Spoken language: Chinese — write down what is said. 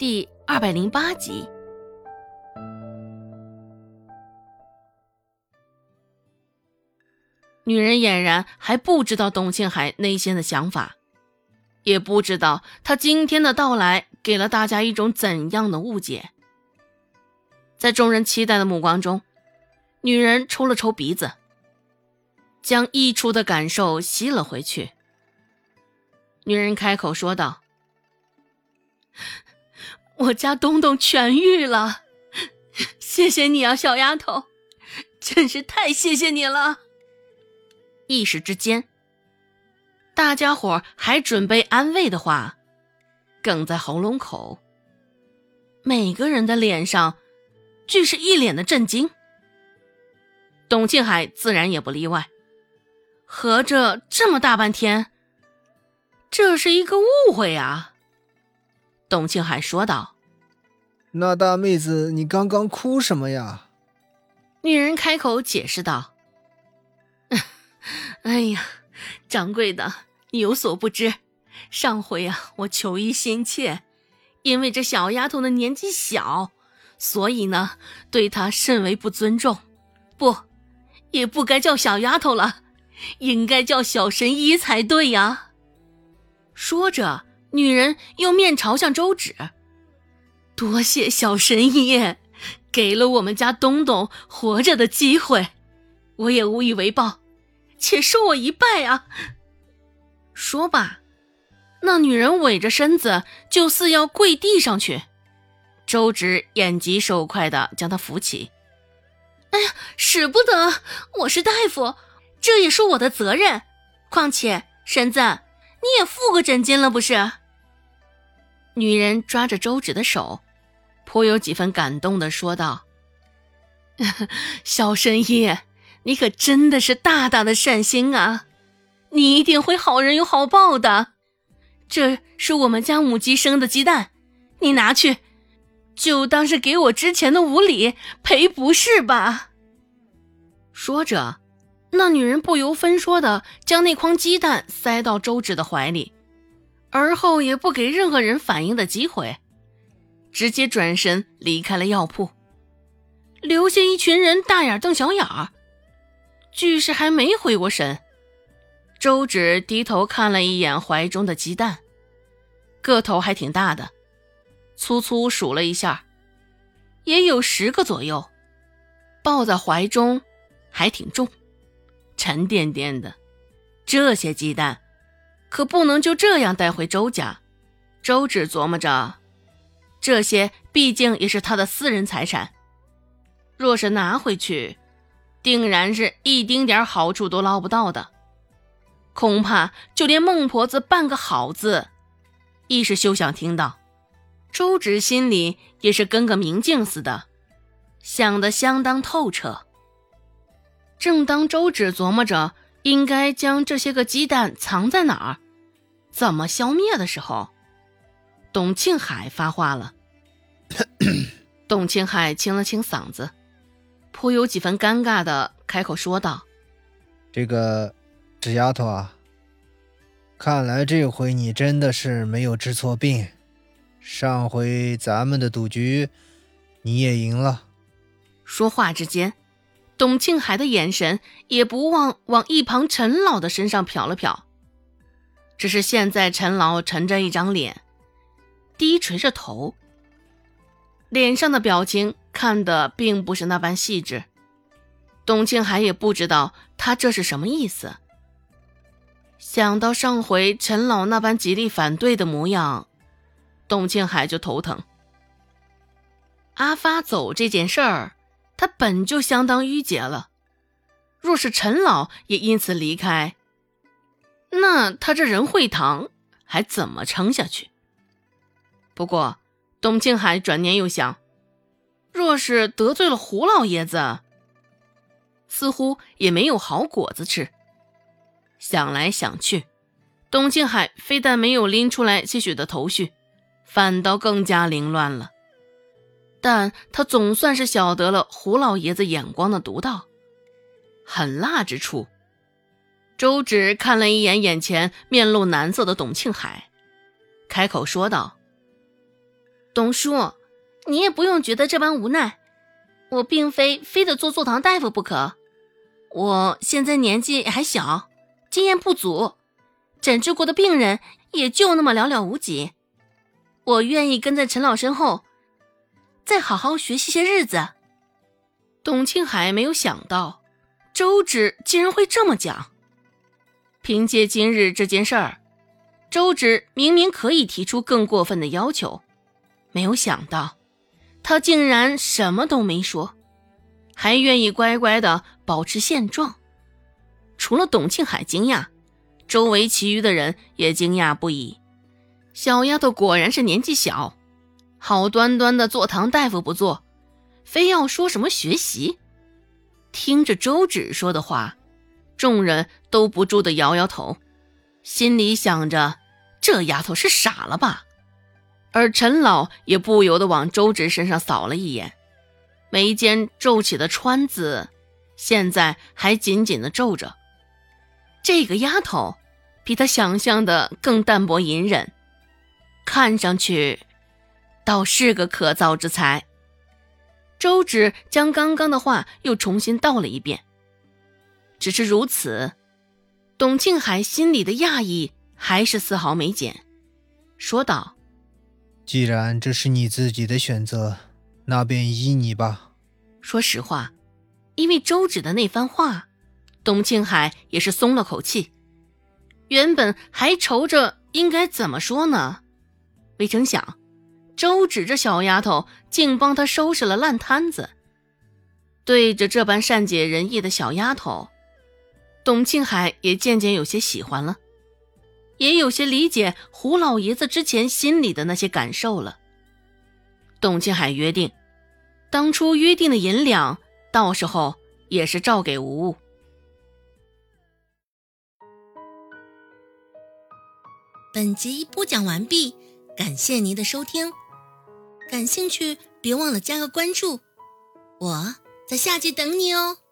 第208集。女人俨然还不知道董庆海内心的想法，也不知道他今天的到来给了大家一种怎样的误解。在众人期待的目光中，女人抽了抽鼻子，将溢出的感受吸了回去。女人开口说道：我家东东痊愈了，谢谢你啊，小丫头，真是太谢谢你了。一时之间，大家伙还准备安慰的话哽在喉咙口，每个人的脸上俱是一脸的震惊。董庆海自然也不例外，合着这么大半天，这是一个误会啊。董庆海说道： 那大妹子，你刚刚哭什么呀？ 女人开口解释道：哎呀，掌柜的，你有所不知，上回啊，我求医心切，因为这小丫头的年纪小，所以呢，对她甚为不尊重。也不该叫小丫头了，应该叫小神医才对呀。说着，女人又面朝向周芷：多谢小神医，给了我们家东东活着的机会，我也无以为报，且受我一拜啊。说罢，那女人委着身子就似要跪地上去，周芷眼疾手快地将她扶起。哎呀，使不得，我是大夫，这也是我的责任，况且婶子你也付过诊金了不是？女人抓着周芷的手，颇有几分感动地说道：小神医，你可真的是大大的善心啊，你一定会好人有好报的。这是我们家母鸡生的鸡蛋，你拿去就当是给我之前的无礼赔不是吧。说着，那女人不由分说的将那筐鸡蛋塞到周芷的怀里，而后也不给任何人反应的机会，直接转身离开了药铺，留下一群人大眼瞪小眼儿。俱是还没回过神，周芷低头看了一眼怀中的鸡蛋，个头还挺大的，粗粗数了一下，也有10个左右，抱在怀中还挺重，沉甸甸的。这些鸡蛋可不能就这样带回周家。周芷琢磨着，这些毕竟也是他的私人财产，若是拿回去，定然是一丁点好处都捞不到的，恐怕就连孟婆子半个好字亦是休想听到。周芷心里也是跟个明镜似的，想得相当透彻。正当周芷琢磨着应该将这些个鸡蛋藏在哪儿，怎么消灭的时候，董庆海发话了。董庆海清了清嗓子，颇有几分尴尬的开口说道： 这个纸丫头啊，看来这回你真的是没有治错病，上回咱们的赌局你也赢了。 说话之间，董庆海的眼神也不忘往一旁陈老的身上瞟了瞟，只是现在陈老沉着一张脸，低垂着头，脸上的表情看得并不是那般细致。董庆海也不知道他这是什么意思，想到上回陈老那般极力反对的模样，董庆海就头疼。阿发走这件事儿，他本就相当郁结了，若是陈老也因此离开，那他这仁惠堂还怎么撑下去？不过董庆海转念又想，若是得罪了胡老爷子，似乎也没有好果子吃。想来想去，董庆海非但没有拎出来些许的头绪，反倒更加凌乱了。但他总算是晓得了胡老爷子眼光的独到，狠辣之处。周芷看了一眼眼前面露难色的董庆海，开口说道： 董叔，你也不用觉得这般无奈，我并非得做坐堂大夫不可。我现在年纪还小，经验不足，诊治过的病人也就那么寥寥无几。我愿意跟在陈老身后，再好好学习些日子。董庆海没有想到周芷竟然会这么讲。凭借今日这件事儿，周芷明明可以提出更过分的要求，没有想到他竟然什么都没说，还愿意乖乖地保持现状。除了董庆海惊讶，周围其余的人也惊讶不已。小丫头果然是年纪小，好端端的坐堂大夫不做，非要说什么学习。听着周芷说的话，众人都不住地摇摇头，心里想着这丫头是傻了吧。而陈老也不由得往周芷身上扫了一眼，眉间皱起的川子现在还紧紧地皱着。这个丫头比他想象的更淡泊隐忍，看上去倒是个可造之才。周芷将刚刚的话又重新道了一遍，只是如此，董庆海心里的讶异还是丝毫没减，说道： 既然这是你自己的选择，那便依你吧。 说实话，因为周芷的那番话，董庆海也是松了口气。原本还愁着应该怎么说呢，未成想周芷这小丫头竟帮他收拾了烂摊子。对着这般善解人意的小丫头，董庆海也渐渐有些喜欢了，也有些理解胡老爷子之前心里的那些感受了。董庆海约定，当初约定的银两，到时候也是照给无误。 本集播讲完毕，感谢您的收听。感兴趣别忘了加个关注，我在下集等你哦。